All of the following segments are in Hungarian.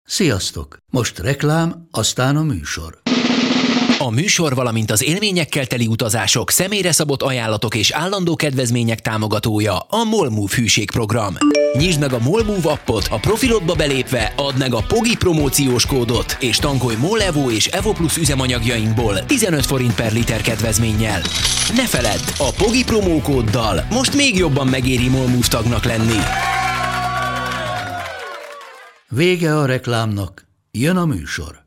Sziasztok! Most reklám, aztán a műsor. A műsor, valamint az élményekkel teli utazások, személyre szabott ajánlatok és állandó kedvezmények támogatója a MOL Move hűségprogram. Nyisd meg a MOL Move appot, a profilodba belépve add meg a POGI promóciós kódot, és tankolj MOL Evo és Evo Plus üzemanyagjainkból 15 forint per liter kedvezménnyel. Ne feledd, a POGI promókóddal most még jobban megéri MOL Move tagnak lenni. Vége a reklámnak, jön a műsor.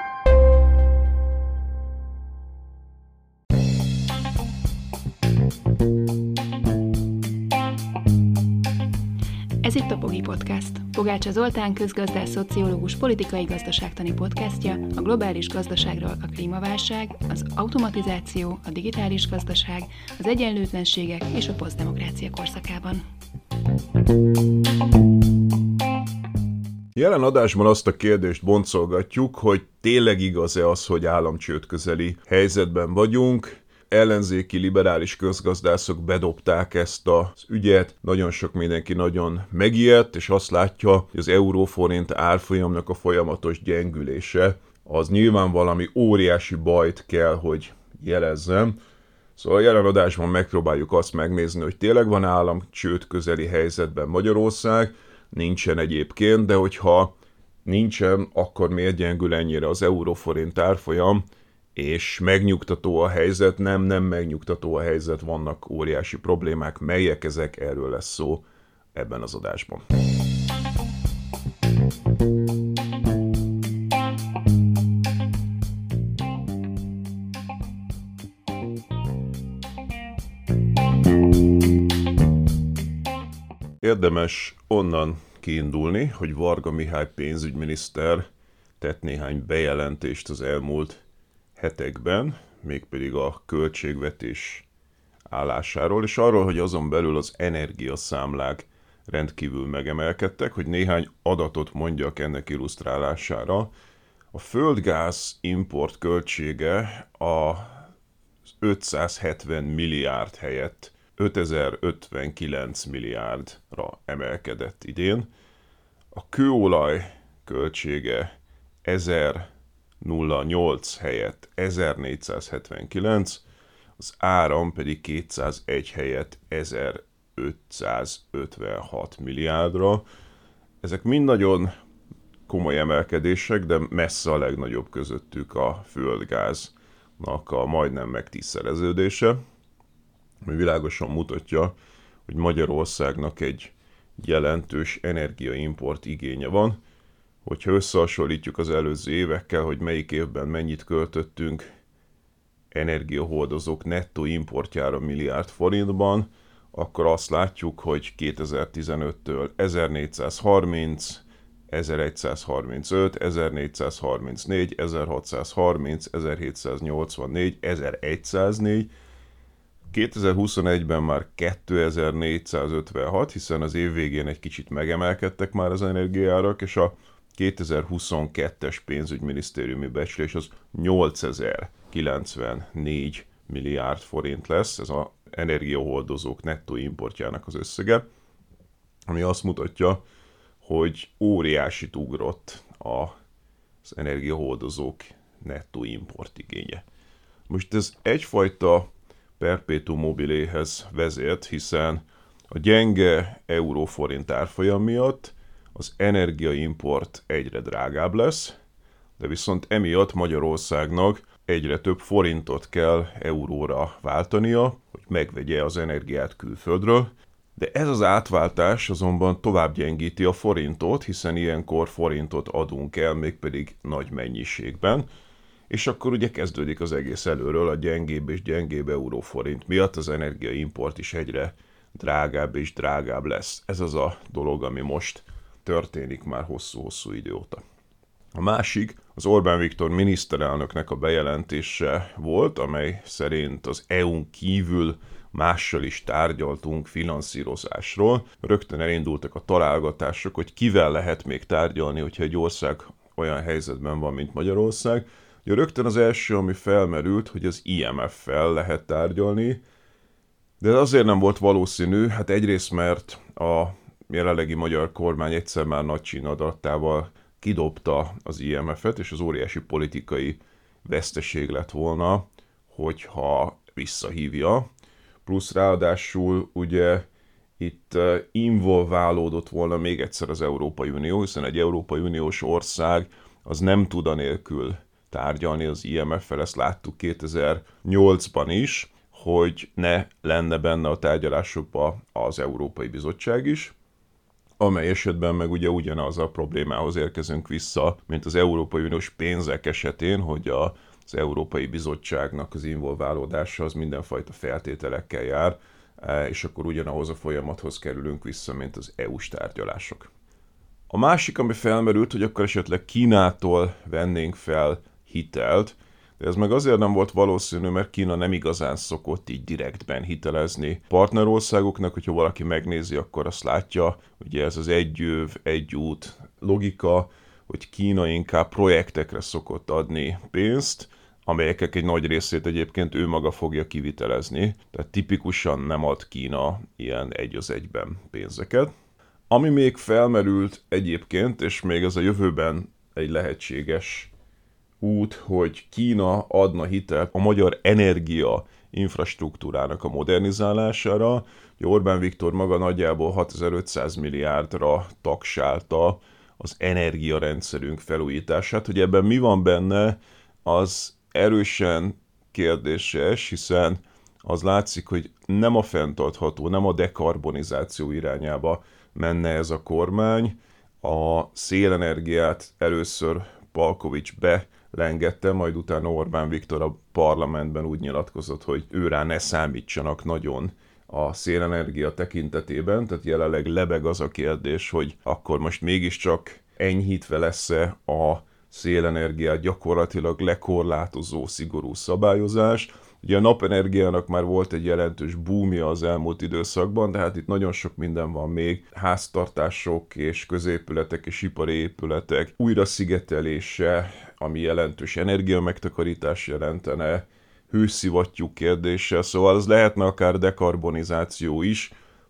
Ez itt a POGI Podcast. Pogácsa Zoltán közgazdász, szociológus, politikai gazdaságtani podcastja a globális gazdaságról, a klímaválság, az automatizáció, a digitális gazdaság, az egyenlőtlenségek és a posztdemokrácia korszakában. Jelen adásban azt a kérdést boncolgatjuk, hogy tényleg igaz-e az, hogy államcsőd közeli helyzetben vagyunk. Ellenzéki liberális közgazdászok bedobták ezt az ügyet, nagyon sok mindenki nagyon megijedt, és azt látja, hogy az euróforint árfolyamnak a folyamatos gyengülése az nyilván valami óriási bajt kell, hogy jelezzem. Szóval a jelen adásban megpróbáljuk azt megnézni, hogy tényleg van államcsőd közeli helyzetben Magyarország, nincsen egyébként, de hogyha nincsen, akkor miért gyengül ennyire az euróforint árfolyam, és megnyugtató a helyzet, nem megnyugtató a helyzet, vannak óriási problémák, melyek ezek, erről lesz szó ebben az adásban. Érdemes onnan kiindulni, hogy Varga Mihály pénzügyminiszter tett néhány bejelentést az elmúlt hetekben, mégpedig a költségvetés állásáról, és arról, hogy azon belül az energiaszámlák rendkívül megemelkedtek, hogy néhány adatot mondjak ennek illusztrálására. A földgáz import költsége az 570 milliárd helyett 5059 milliárdra emelkedett idén. A kőolaj költsége 1008 helyett 1479, az áram pedig 201 helyett 1556 milliárdra. Ezek mind nagyon komoly emelkedések, de messze a legnagyobb közöttük a földgáznak a majdnem megtízszereződése, ami világosan mutatja, hogy Magyarországnak egy jelentős energiaimport igénye van. Hogyha összehasonlítjuk az előző évekkel, hogy melyik évben mennyit költöttünk energiahordozók nettó importjára milliárd forintban, akkor azt látjuk, hogy 2015-től 1430, 1135, 1434, 1630, 1784, 1104, 2021-ben már 2456, hiszen az év végén egy kicsit megemelkedtek már az energiaárak, és a 2022-es pénzügyminisztériumi becslés az 8094 milliárd forint lesz, ez az energiahordozók nettó importjának az összege, ami azt mutatja, hogy óriásit ugrott az energiahordozók nettó import igénye. Most ez egyfajta perpetuum mobiléhez vezet, hiszen a gyenge euróforint árfolyam miatt az energiaimport egyre drágább lesz, de viszont emiatt Magyarországnak egyre több forintot kell euróra váltania, hogy megvegye az energiát külföldről, de ez az átváltás azonban tovább gyengíti a forintot, hiszen ilyenkor forintot adunk el, mégpedig nagy mennyiségben, és akkor ugye kezdődik az egész előről, a gyengébb és gyengébb euróforint miatt az energiaimport is egyre drágább és drágább lesz. Ez az a dolog, ami most történik már hosszú-hosszú idő óta. A másik az Orbán Viktor miniszterelnöknek a bejelentése volt, amely szerint az EU-n kívül mással is tárgyaltunk finanszírozásról. Rögtön elindultak a találgatások, hogy kivel lehet még tárgyalni, hogyha egy ország olyan helyzetben van, mint Magyarország. Ugye rögtön az első, ami felmerült, hogy az IMF-fel lehet tárgyalni, de azért nem volt valószínű, hát egyrészt mert a jelenlegi magyar kormány egyszer már nagy csínadatával kidobta az IMF-et, és az óriási politikai veszteség lett volna, hogyha visszahívja. Plusz ráadásul ugye itt involválódott volna még egyszer az Európai Unió, hiszen egy Európai Uniós ország az nem tud anélkül tárgyalni az IMF-fel, ezt láttuk 2008-ban is, hogy ne lenne benne a tárgyalásokban az Európai Bizottság is, amely esetben meg ugye ugyanaz a problémához érkezünk vissza, mint az Európai Uniós pénzek esetén, hogy az Európai Bizottságnak az involválódása az mindenfajta feltételekkel jár, és akkor ugyanahoz a folyamathoz kerülünk vissza, mint az EU-s tárgyalások. A másik, ami felmerült, hogy akkor esetleg Kínától vennénk fel hitelt, de ez meg azért nem volt valószínű, mert Kína nem igazán szokott így direktben hitelezni partnerországoknak, hogyha valaki megnézi, akkor azt látja, ugye ez az egy jöv, egy út logika, hogy Kína inkább projektekre szokott adni pénzt, amelyeknek egy nagy részét egyébként ő maga fogja kivitelezni, tehát tipikusan nem ad Kína ilyen egy az egyben pénzeket. Ami még felmerült egyébként, és még ez a jövőben egy lehetséges út, hogy Kína adna hitelt a magyar energia infrastruktúrának a modernizálására. Orbán Viktor maga nagyjából 6500 milliárdra tagsálta az energiarendszerünk felújítását. Hogy ebben mi van benne, az erősen kérdéses, hiszen az látszik, hogy nem a fenntartható, nem a dekarbonizáció irányába menne ez a kormány. A szélenergiát először Palkovics belengedte, majd utána Orbán Viktor a parlamentben úgy nyilatkozott, hogy őrá ne számítsanak nagyon a szélenergia tekintetében, tehát jelenleg lebeg az a kérdés, hogy akkor most mégiscsak enyhítve lesz-e a szélenergiát gyakorlatilag lekorlátozó szigorú szabályozás. Ugye a napenergiának már volt egy jelentős boomja az elmúlt időszakban, de hát itt nagyon sok minden van még. Háztartások és középületek és ipari épületek újraszigetelése, ami jelentős energiamegtakarítás jelentene, hőszivattyúk kérdése, szóval az lehetne akár dekarbonizáció is,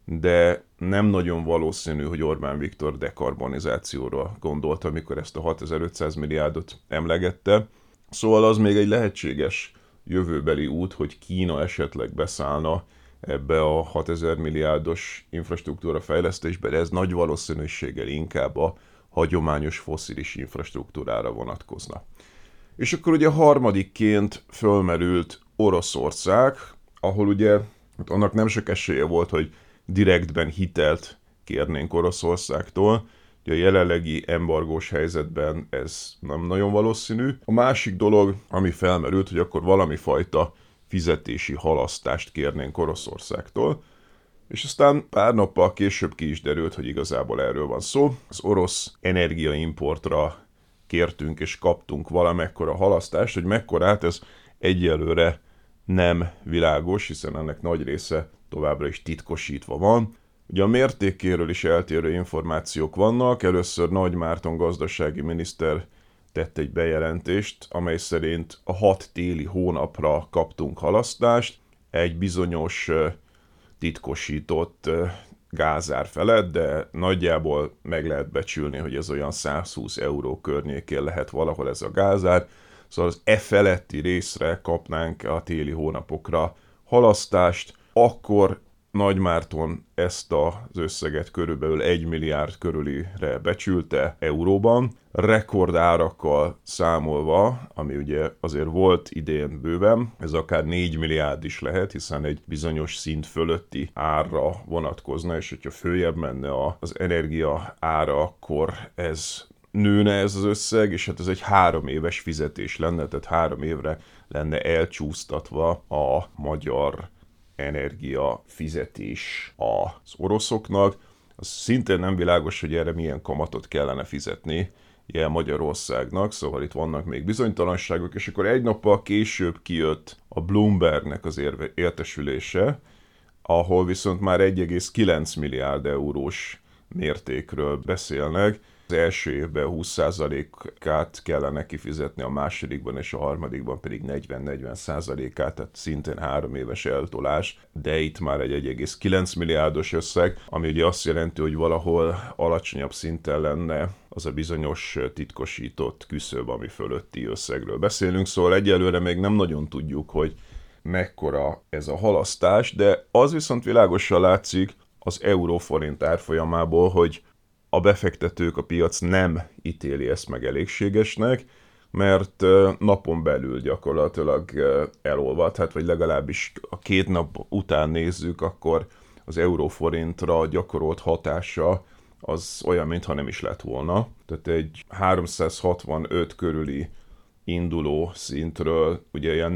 de nem nagyon valószínű, hogy Orbán Viktor dekarbonizációra gondolt, amikor ezt a 6500 milliárdot emlegette. Szóval az még egy lehetséges jövőbeli út, hogy Kína esetleg beszállna ebbe a 6000 milliárdos infrastruktúra fejlesztésbe, de ez nagy valószínűséggel inkább a hagyományos fosszilis infrastruktúrára vonatkozna. És akkor ugye harmadikként fölmerült Oroszország, ahol ugye annak nem sok esélye volt, hogy direktben hitelt kérnénk Oroszországtól. Ugye a jelenlegi embargós helyzetben ez nem nagyon valószínű. A másik dolog, ami felmerült, hogy akkor valami fajta fizetési halasztást kérnénk Oroszországtól, és aztán pár nappal később ki is derült, hogy igazából erről van szó. Az orosz energiaimportra kértünk és kaptunk valamekkora halasztást, hogy mekkorát, ez egyelőre nem világos, hiszen ennek nagy része továbbra is titkosítva van. Ugye a mértékéről is eltérő információk vannak. Először Nagy Márton gazdasági miniszter tett egy bejelentést, amely szerint a 6 téli hónapra kaptunk halasztást, egy bizonyos titkosított gázár felett, de nagyjából meg lehet becsülni, hogy ez olyan 120 euró környékén lehet valahol ez a gázár. Szóval az e feletti részre kapnánk a téli hónapokra halasztást, akkor Nagy Márton ezt az összeget körülbelül 1 milliárd körülire becsülte euróban, rekordárakkal számolva, ami ugye azért volt idén bőven, ez akár 4 milliárd is lehet, hiszen egy bizonyos szint fölötti árra vonatkozna, és hogyha följebb menne az energia ára, akkor ez nőne ez az összeg, és hát ez egy 3 éves fizetés lenne, tehát 3 évre lenne elcsúsztatva a magyar energia fizetés az oroszoknak. Az szintén nem világos, hogy erre milyen kamatot kellene fizetni ilyen Magyarországnak, szóval itt vannak még bizonytalanságok, és akkor egy nappal később kijött a Bloombergnek az értesülése, ahol viszont már 1,9 milliárd eurós mértékről beszélnek. az első évben 20%-át kellene kifizetni, a másodikban és a harmadikban pedig 40-40%-át, tehát szintén 3 éves eltolás, de itt már egy 1,9 milliárdos összeg, ami ugye azt jelenti, hogy valahol alacsonyabb szinten lenne az a bizonyos titkosított küszöb, ami fölötti összegről beszélünk, szóval egyelőre még nem nagyon tudjuk, hogy mekkora ez a halasztás, de az viszont világosan látszik az euró-forint árfolyamából, hogy a befektetők, a piac nem ítéli ezt meg elégségesnek, mert napon belül gyakorlatilag elolvad, hát vagy legalábbis a 2 nap után nézzük, akkor az euróforintra gyakorolt hatása az olyan, mintha nem is lett volna. Tehát egy 365 körüli induló szintről ugye ilyen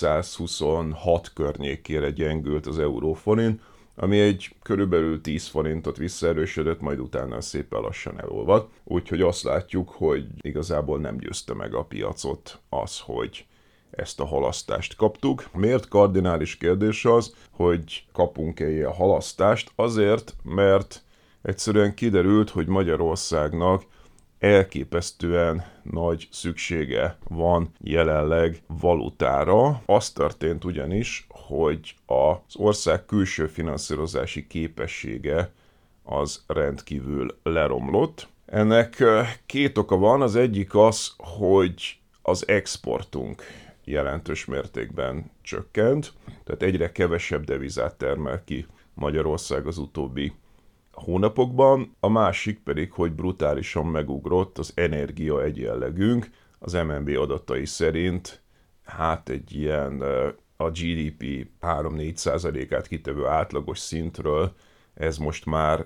426 környékére gyengült az euróforint, ami egy körülbelül 10 forintot visszaerősödött, majd utána szépen lassan elolvad. Úgyhogy azt látjuk, hogy igazából nem győzte meg a piacot az, hogy ezt a halasztást kaptuk. Miért kardinális kérdés az, hogy kapunk-e ilyen halasztást? Azért, mert egyszerűen kiderült, hogy Magyarországnak elképesztően nagy szüksége van jelenleg valutára. Az történt ugyanis, hogy az ország külső finanszírozási képessége az rendkívül leromlott. Ennek 2 oka van, az egyik az, hogy az exportunk jelentős mértékben csökkent, tehát egyre kevesebb devizát termel ki Magyarország az utóbbi hónapokban, a másik pedig, hogy brutálisan megugrott az energia egyenlegünk, az MNB adatai szerint hát egy ilyen a GDP 3-4%-át kitevő átlagos szintről ez most már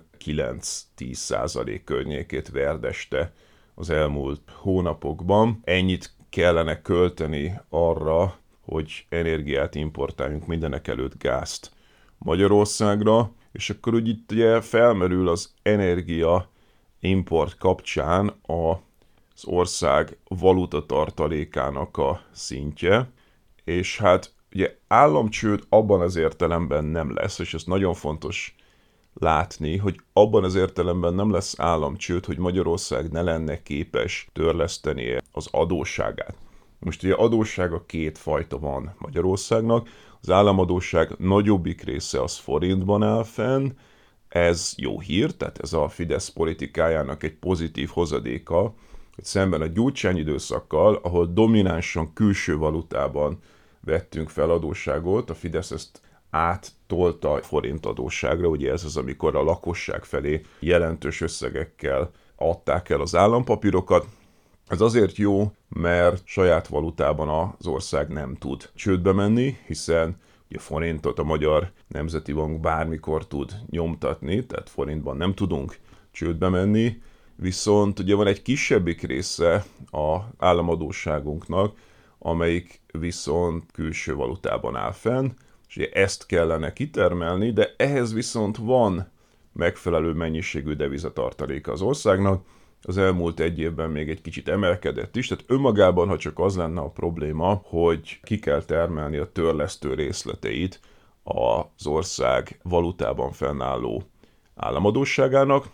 9-10% környékét verdeste az elmúlt hónapokban. Ennyit kellene költeni arra, hogy energiát importáljunk, mindenek előtt gázt Magyarországra, és akkor úgy itt ugye felmerül az energia import kapcsán az ország valutatartalékának a szintje, és hát ugye államcsőd abban az értelemben nem lesz, és ez nagyon fontos látni, hogy abban az értelemben nem lesz államcsőd, hogy Magyarország ne lenne képes törleszteni az adósságát. Most ugye adóssága 2 fajta van Magyarországnak, az államadósság nagyobbik része az forintban áll fenn, ez jó hír, tehát ez a Fidesz politikájának egy pozitív hozadéka, hogy szemben a Gyurcsány időszakkal, ahol dominánsan külső valutában vettünk fel adósságot, a Fidesz ezt áttolta a forint adósságra, ugye ez az, amikor a lakosság felé jelentős összegekkel adták el az állampapírokat. Ez azért jó, mert saját valutában az ország nem tud csődbe menni, hiszen ugye forintot a Magyar Nemzeti Bank bármikor tud nyomtatni, tehát forintban nem tudunk csődbe menni, viszont ugye van egy kisebbik része az államadósságunknak, amelyik viszont külső valutában áll fenn, és ugye ezt kellene kitermelni, de ehhez viszont van megfelelő mennyiségű devizatartaléka az országnak, az elmúlt 1 évben még egy kicsit emelkedett is, tehát önmagában, ha csak az lenne a probléma, hogy ki kell termelni a törlesztő részleteit az ország valutában fennálló államadósságának,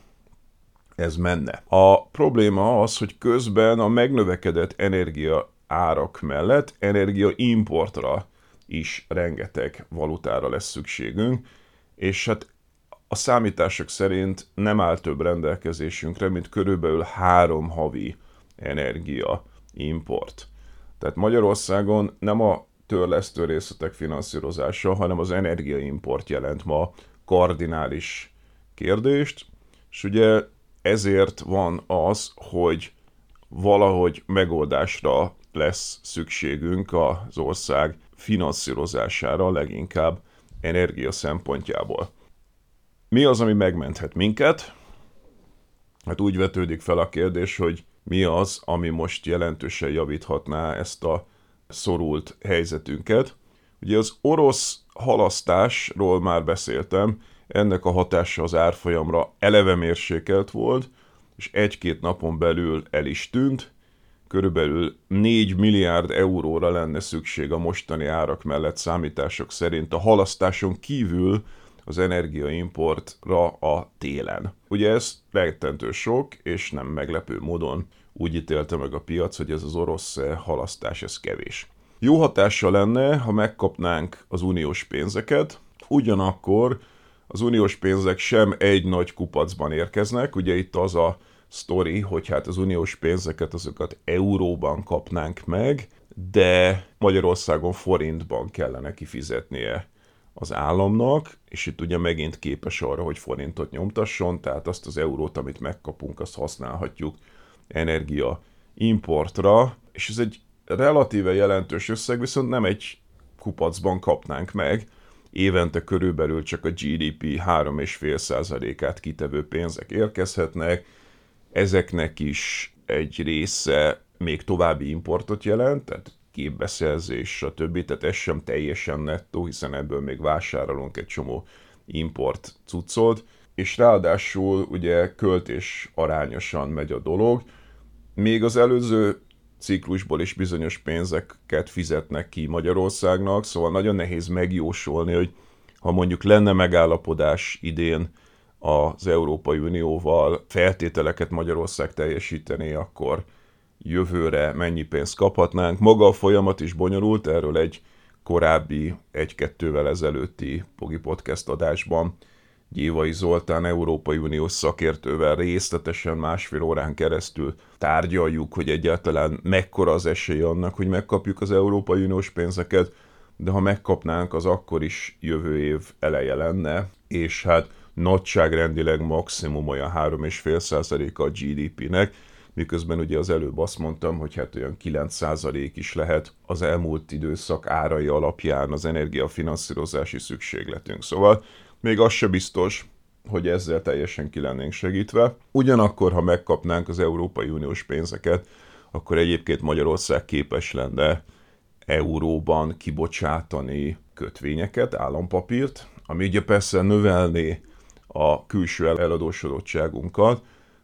ez menne. A probléma az, hogy közben a megnövekedett energia árak mellett energiaimportra is rengeteg valutára lesz szükségünk, és hát a számítások szerint nem áll több rendelkezésünkre, mint körülbelül 3 havi energiaimport. Tehát Magyarországon nem a törlesztő részletek finanszírozása, hanem az energiaimport jelent ma kardinális kérdést, és ugye ezért van az, hogy valahogy megoldásra lesz szükségünk az ország finanszírozására, leginkább energia szempontjából. Mi az, ami megmenthet minket? Hát úgy vetődik fel a kérdés, hogy mi az, ami most jelentősen javíthatná ezt a szorult helyzetünket. Ugye az orosz halasztásról már beszéltem, ennek a hatása az árfolyamra eleve mérsékelt volt, és 1-2 napon belül el is tűnt. Körülbelül 4 milliárd euróra lenne szükség a mostani árak mellett számítások szerint a halasztáson kívül az energiaimportra a télen. Ugye ez rettentő sok, és nem meglepő módon úgy ítélte meg a piac, hogy ez az orosz halasztás, ez kevés. Jó hatása lenne, ha megkapnánk az uniós pénzeket, ugyanakkor az uniós pénzek sem egy nagy kupacban érkeznek, ugye itt az a sztori, hogy hát az uniós pénzeket azokat euróban kapnánk meg, de Magyarországon forintban kellene kifizetnie az államnak, és itt ugye megint képes arra, hogy forintot nyomtasson, tehát azt az eurót, amit megkapunk, azt használhatjuk energia importra, és ez egy relatíve jelentős összeg, viszont nem egy kupacban kapnánk meg, évente körülbelül csak a GDP 3,5%-át kitevő pénzek érkezhetnek, ezeknek is egy része még további importot jelent, tehát képbeszerzés, stb. Tehát ez sem teljesen nettó, hiszen ebből még vásárolunk egy csomó import cuccot, és ráadásul ugye költés arányosan megy a dolog. Még az előző ciklusból is bizonyos pénzeket fizetnek ki Magyarországnak, szóval nagyon nehéz megjósolni, hogy ha mondjuk lenne megállapodás idén az Európai Unióval, feltételeket Magyarország teljesíteni, akkor jövőre mennyi pénzt kaphatnánk. Maga a folyamat is bonyolult, erről egy korábbi, 1-2-vel ezelőtti Pogi Podcast adásban Gyévai Zoltán Európai Uniós szakértővel részletesen 1,5 órán keresztül tárgyaljuk, hogy egyáltalán mekkora az esély annak, hogy megkapjuk az Európai Uniós pénzeket, de ha megkapnánk, az akkor is jövő év eleje lenne, és hát nagyságrendileg maximum olyan 3,5%-a a GDP-nek, miközben ugye az előbb azt mondtam, hogy hát olyan 9% is lehet az elmúlt időszak árai alapján az energiafinanszírozási szükségletünk. Szóval még az se biztos, hogy ezzel teljesen ki lennénk segítve. Ugyanakkor, ha megkapnánk az Európai Uniós pénzeket, akkor egyébként Magyarország képes lenne euróban kibocsátani kötvényeket, állampapírt, ami ugye persze növelné a külső eladósodottságunkat,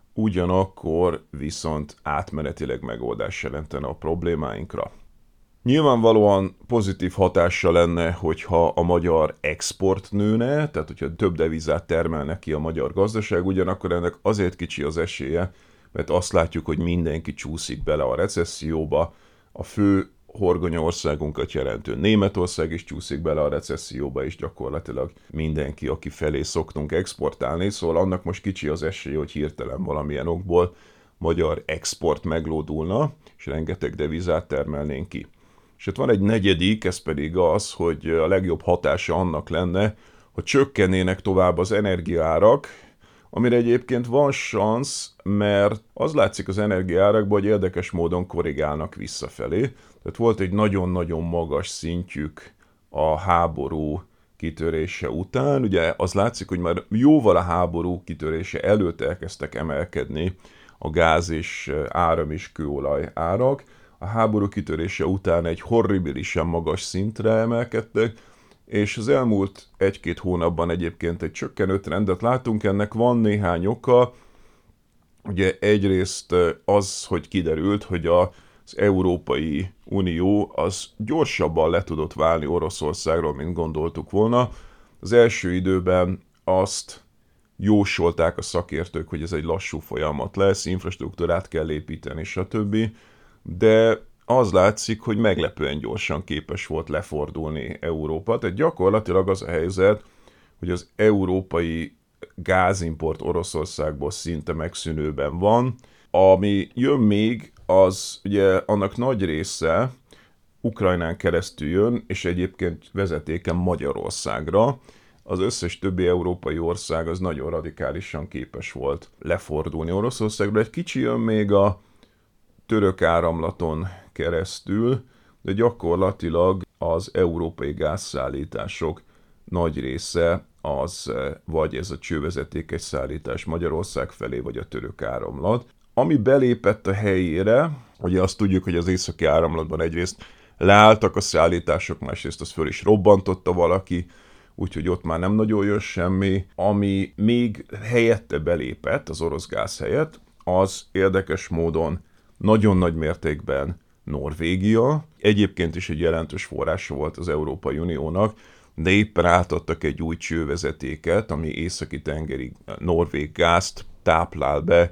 ugyanakkor viszont átmenetileg megoldás jelentene a problémáinkra. Nyilvánvalóan pozitív hatása lenne, hogyha a magyar export nőne, tehát hogyha több devizát termelne ki a magyar gazdaság, ugyanakkor ennek azért kicsi az esélye, mert azt látjuk, hogy mindenki csúszik bele a recesszióba, a fő horgonyaországunkat jelentő Németország is csúszik bele a recesszióba, és gyakorlatilag mindenki, aki felé szoktunk exportálni, szóval annak most kicsi az esély, hogy hirtelen valamilyen okból magyar export meglódulna, és rengeteg devizát termelnénk ki. És itt van egy negyedik, ez pedig az, hogy a legjobb hatása annak lenne, hogy csökkennének tovább az energiaárak, amire egyébként van szansz, mert az látszik az energiaárakban, hogy érdekes módon korrigálnak visszafelé. Tehát volt egy nagyon-nagyon magas szintjük a háború kitörése után. Ugye az látszik, hogy már jóval a háború kitörése előtt elkezdtek emelkedni a gáz és áram és kőolaj árak. A háború kitörése után egy horribilisen magas szintre emelkedtek, és az elmúlt 1-2 hónapban egyébként egy csökkenő trendet látunk, ennek van néhány oka. Ugye egyrészt az, hogy kiderült, hogy az Európai Unió az gyorsabban le tudott válni Oroszországról, mint gondoltuk volna. Az első időben azt jósolták a szakértők, hogy ez egy lassú folyamat lesz, infrastruktúrát kell építeni, stb. De az látszik, hogy meglepően gyorsan képes volt lefordulni Európa. Tehát gyakorlatilag az a helyzet, hogy az európai gázimport Oroszországból szinte megszűnőben van. Ami jön még, az ugye annak nagy része Ukrajnán keresztül jön, és egyébként vezetéken Magyarországra. Az összes többi európai ország az nagyon radikálisan képes volt lefordulni Oroszországra. Egy kicsi jön még a török áramlaton keresztül, de gyakorlatilag az európai gázszállítások nagy része az vagy ez a csővezetékes szállítás Magyarország felé, vagy a török áramlat. Ami belépett a helyére, ugye azt tudjuk, hogy az északi áramlatban egyrészt leálltak a szállítások, másrészt az föl is robbantotta valaki, úgyhogy ott már nem nagyon jön semmi. Ami még helyette belépett, az orosz gáz helyett, az érdekes módon nagyon nagy mértékben Norvégia. Egyébként is egy jelentős forrása volt az Európai Uniónak, de éppen átadtak egy új csővezetéket, ami északi tengeri norvég gázt táplál be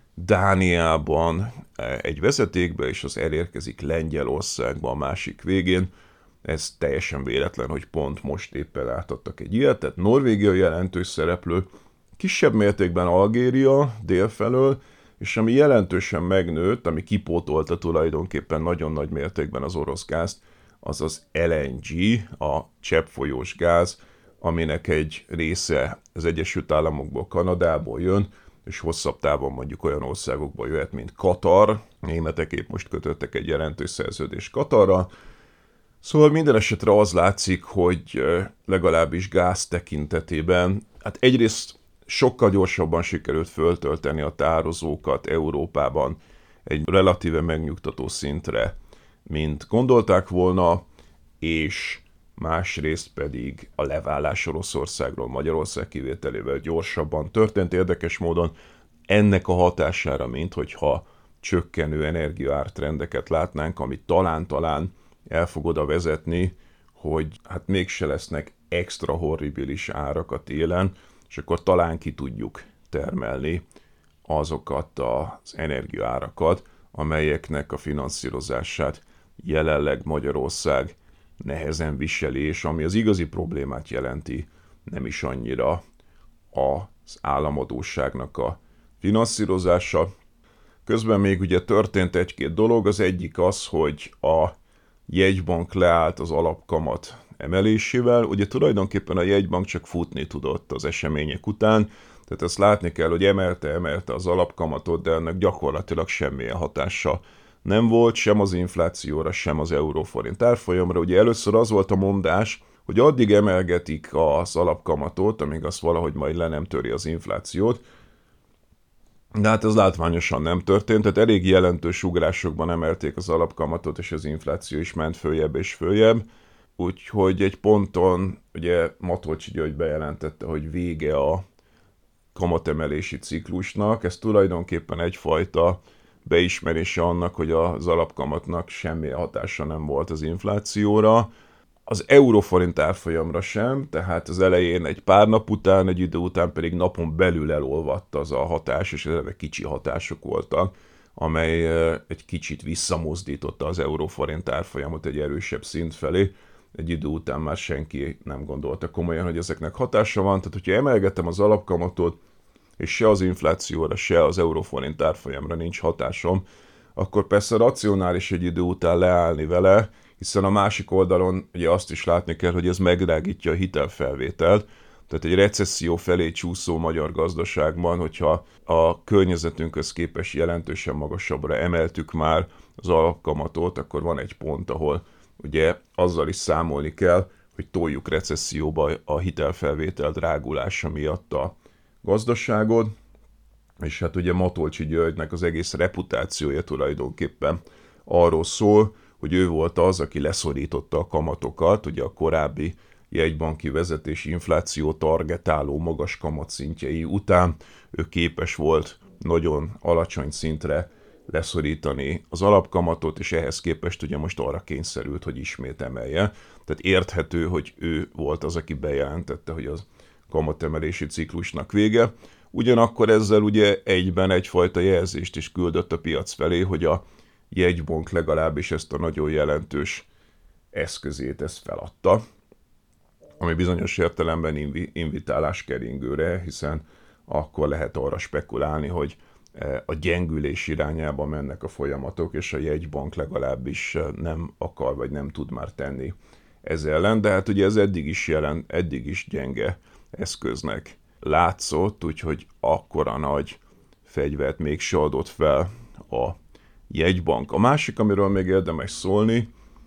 Dániában egy vezetékbe, és az elérkezik Lengyelországba a másik végén. Ez teljesen véletlen, hogy pont most éppen átadtak egy ilyet, tehát Norvégia jelentős szereplő, kisebb mértékben Algéria délfelől, és ami jelentősen megnőtt, ami kipótolta tulajdonképpen nagyon nagy mértékben az orosz gázt, az az LNG, a cseppfolyós gáz, aminek egy része az Egyesült Államokból, Kanadából jön, és hosszabb távon mondjuk olyan országokból jöhet, mint Katar. Németek épp most kötöttek egy jelentős szerződést Katarra. Szóval minden esetre az látszik, hogy legalábbis gáz tekintetében, hát egyrészt sokkal gyorsabban sikerült föltölteni a tározókat Európában egy relatíve megnyugtató szintre, mint gondolták volna, és másrészt pedig a leválás Oroszországról Magyarország kivételével gyorsabban történt. Érdekes módon ennek a hatására, mint hogyha csökkenő energiaártrendeket látnánk, ami talán el fog oda vezetni, hogy hát mégse lesznek extra horribilis árak a télen, és akkor talán ki tudjuk termelni azokat az energiaárakat, amelyeknek a finanszírozását jelenleg Magyarország nehezen viseli, és ami az igazi problémát jelenti, nem is annyira az államadósságnak a finanszírozása. Közben még ugye történt egy-két dolog, az egyik az, hogy a jegybank leállt az alapkamat emelésével. Ugye tulajdonképpen a jegybank csak futni tudott az események után, tehát ezt látni kell, hogy emelte az alapkamatot, de ennek gyakorlatilag semmilyen hatása nem volt, sem az inflációra, sem az euróforint árfolyamra. Ugye először az volt a mondás, hogy addig emelgetik az alapkamatot, amíg az valahogy majd le nem töri az inflációt, de hát ez látványosan nem történt, tehát elég jelentős ugrásokban emelték az alapkamatot, és az infláció is ment följebb és följebb. Úgyhogy egy ponton ugye Matolcsy György bejelentette, hogy vége a kamatemelési ciklusnak. Ez tulajdonképpen egyfajta beismerése annak, hogy az alapkamatnak semmi hatása nem volt az inflációra. Az euróforint árfolyamra sem, tehát az elején egy pár nap után, egy idő után pedig napon belül elolvadt az a hatás, és ezek kicsi hatások voltak, amely egy kicsit visszamozdította az euróforint árfolyamot egy erősebb szint felé. Egy idő után már senki nem gondolta komolyan, hogy ezeknek hatása van, tehát hogyha emelgetem az alapkamatot, és se az inflációra, se az euróforint árfolyamra nincs hatásom, akkor persze racionális egy idő után leállni vele, hiszen a másik oldalon ugye azt is látni kell, hogy ez megdrágítja a hitelfelvételt, tehát egy recesszió felé csúszó magyar gazdaságban, hogyha a környezetünkhöz képest jelentősen magasabbra emeltük már az alapkamatot, akkor van egy pont, ahol ugye azzal is számolni kell, hogy toljuk recesszióba a hitelfelvétel drágulása miatt a gazdaságot, és hát ugye Matolcsy Györgynek az egész reputációja tulajdonképpen arról szól, hogy ő volt az, aki leszorította a kamatokat, ugye a korábbi jegybanki vezetés infláció targetáló magas kamatszintjei után ő képes volt nagyon alacsony szintre leszorítani az alapkamatot, és ehhez képest ugye most arra kényszerült, hogy ismét emelje. Tehát érthető, hogy ő volt az, aki bejelentette, hogy az kamatemelési ciklusnak vége. Ugyanakkor ezzel ugye egyben egyfajta jelzést is küldött a piac felé, hogy a jegybank legalábbis ezt a nagyon jelentős eszközét ezt feladta, ami bizonyos értelemben invitálás keringőre, hiszen akkor lehet arra spekulálni, hogy a gyengülés irányába mennek a folyamatok, és a jegybank legalábbis nem akar, vagy nem tud már tenni ez ellen, de hát ugye ez eddig is gyenge eszköznek látszott, úgyhogy akkora nagy fegyvert mégse adott fel a jegybank. A másik, amiről még érdemes szólni,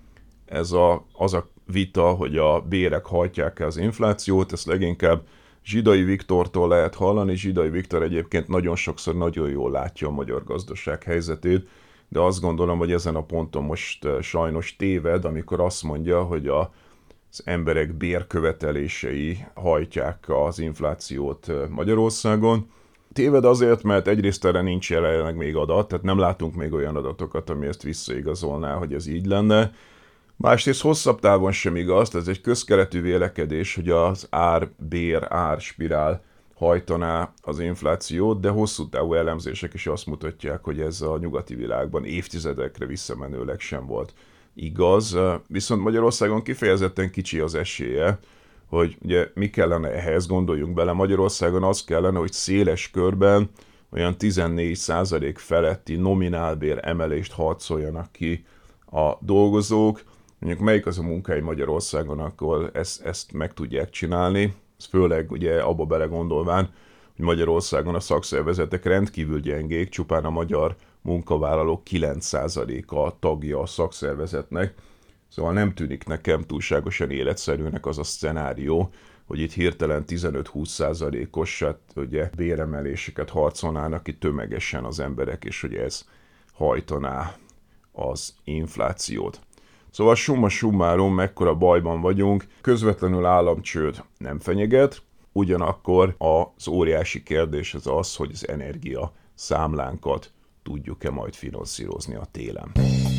az a vita, hogy a bérek hajtják-e az inflációt, ezt leginkább Zsidai Viktortól lehet hallani. Zsidai Viktor egyébként nagyon sokszor nagyon jól látja a magyar gazdaság helyzetét, de azt gondolom, hogy ezen a ponton most sajnos téved, amikor azt mondja, hogy az emberek bérkövetelései hajtják az inflációt Magyarországon. Téved azért, mert egyrészt erre nincs jelenleg még adat, tehát nem látunk még olyan adatokat, ami ezt visszaigazolná, hogy ez így lenne. Másrészt hosszabb távon sem igaz, ez egy közkeletű vélekedés, hogy az ár-bér-árspirál hajtaná az inflációt, de hosszú távú elemzések is azt mutatják, hogy ez a nyugati világban évtizedekre visszamenőleg sem volt igaz. Viszont Magyarországon kifejezetten kicsi az esélye, hogy ugye mi kellene ehhez, gondoljunk bele, Magyarországon az kellene, hogy széles körben olyan 14% feletti nominálbér emelést harcoljanak ki a dolgozók. Mondjuk melyik az a munkahely Magyarországon, akkor ezt meg tudják csinálni. Ez főleg ugye abba belegondolván, hogy Magyarországon a szakszervezetek rendkívül gyengék, csupán a magyar munkavállalók 9%-a tagja a szakszervezetnek. Szóval nem tűnik nekem túlságosan életszerűnek az a szcenárió, hogy itt hirtelen 15-20%-os ugye, béremeléseket harcolnának ki tömegesen az emberek, és hogy ez hajtaná az inflációt. Szóval summa summarum, mekkora bajban vagyunk, közvetlenül államcsőd nem fenyeget, ugyanakkor az óriási kérdés az, hogy az energia számlánkat tudjuk-e majd finanszírozni a télen.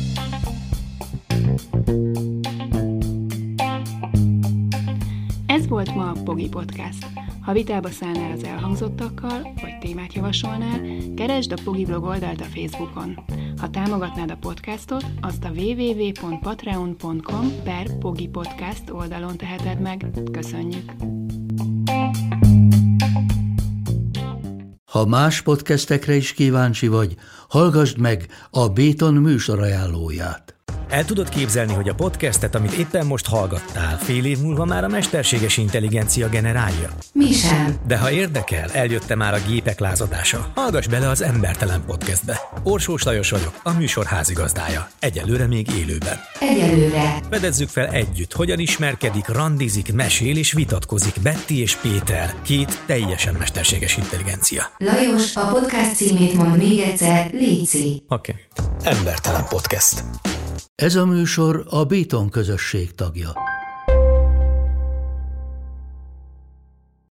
Ez volt ma a Pogi Podcast. Ha vitába szállnál az elhangzottakkal, vagy témát javasolnál, keresd a Pogi blog oldalt a Facebookon. Ha támogatnád a podcastot, azt a www.patreon.com/pogipodcast oldalon teheted meg. Köszönjük! Ha más podcastekre is kíváncsi vagy, hallgassd meg a Béton műsor ajánlóját. El tudod képzelni, hogy a podcastet, amit éppen most hallgattál, fél év múlva már a mesterséges intelligencia generálja? Mi sem. De ha érdekel, eljött már a gépek lázadása. Hallgass bele az Embertelen Podcastbe. Orsós Lajos vagyok, a műsor házigazdája. Egyelőre még élőben. Egyelőre. Fedezzük fel együtt, hogyan ismerkedik, randizik, mesél és vitatkozik Betty és Péter, két teljesen mesterséges intelligencia. Lajos, a podcast címét mond még egyszer, léci. Oké. Embertelen Podcast. Ez a műsor a Béton közösség tagja.